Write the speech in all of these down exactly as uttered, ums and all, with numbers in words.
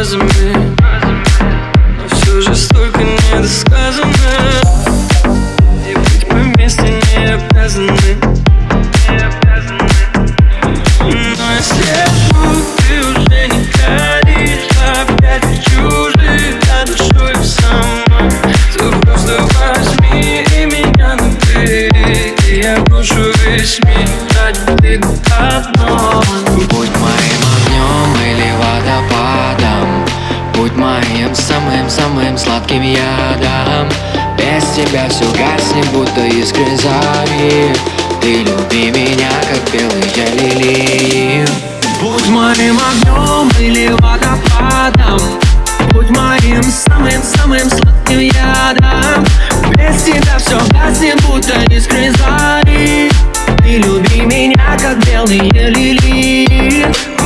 фразами, но все же столько недосказано. И быть вместе не обязаны. Но если вдруг ты уже не горишь, опять в чужих, а душой в самом, то просто возьми и меня на ты, и я брошу весь мир ради одно. Будь моим огнем или водопадом, будь моим самым-самым сладким ядом. Без тебя все гаснет, будто искры зари. Ты люби меня, как белые лилии. Будь моим огнем или водопадом, будь моим самым-самым сладким ядом. Без тебя все гаснет, будто искры зари. Ты люби меня, как белые лилии.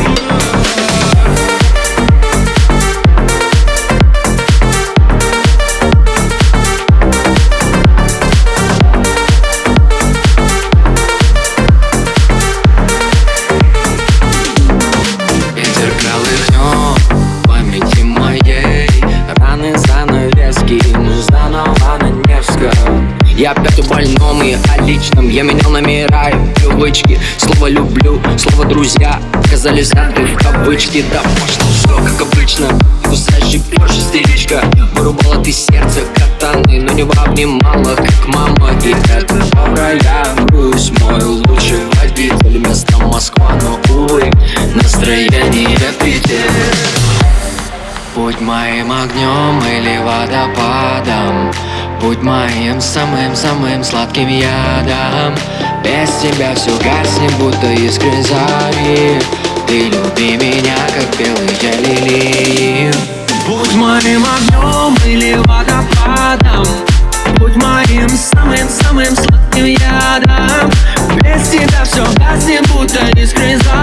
Я опять у больном и о личном. Я менял номера и привычки. Слово люблю, слово друзья оказались взяты в кавычки. Да пошло все как обычно. Кусающий позже истеричка. Вырубала ты сердце катаны, но не обнимала, как мама. И это пора я грусь. Мой лучший водитель. Место Москва, но увы, настроение Питер. Будь моим огнем или водопадом, будь моим самым-самым сладким ядом. Без тебя все гаснет, будто искры зари. Ты люби меня, как белые лилии. Будь моим огнем или водопадом, будь моим самым-самым сладким ядом. Без тебя все гаснет, будто искры зари.